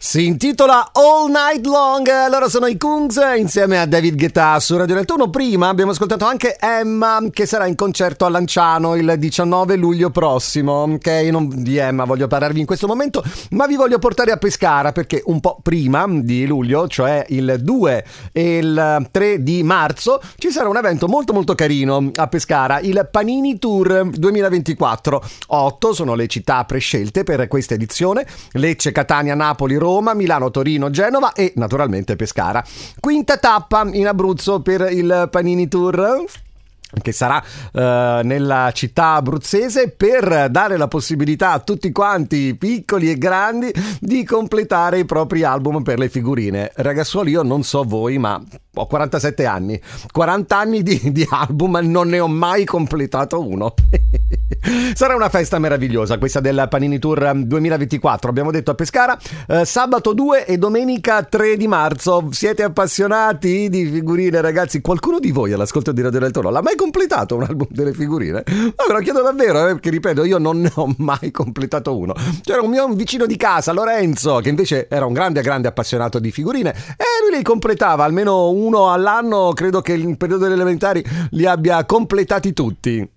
Si intitola All Night Long. Allora sono i Kungs insieme a David Guetta su Radio Nettuno. Prima abbiamo ascoltato anche Emma, che sarà in concerto a Lanciano il 19 luglio prossimo. Ok, non di Emma voglio parlarvi in questo momento, ma vi voglio portare a Pescara, perché un po' prima di luglio, cioè il 2 e il 3 di marzo, ci sarà un evento molto molto carino a Pescara, il Panini Tour 2024. 8 sono le città prescelte per questa edizione: Lecce, Catania, Napoli, Roma, Milano, Torino, Genova e naturalmente Pescara. Quinta tappa in Abruzzo per il Panini Tour, che sarà nella città abruzzese, per dare la possibilità a tutti quanti, piccoli e grandi, di completare i propri album per le figurine. Ragazzuoli, io non so voi, ma ho 47 anni, 40 anni di album, non ne ho mai completato uno. Sarà una festa meravigliosa questa del Panini Tour 2024, abbiamo detto, a Pescara, sabato 2 e domenica 3 di marzo. Siete appassionati di figurine, ragazzi? Qualcuno di voi all'ascolto di Radio del Toro l'ha mai completato un album delle figurine? Ma ve lo chiedo davvero, perché ripeto, io non ne ho mai completato uno. C'era un mio vicino di casa, Lorenzo, che invece era un grande appassionato di figurine, e lui li completava almeno uno all'anno. Credo che il periodo delle elementari li abbia completati tutti.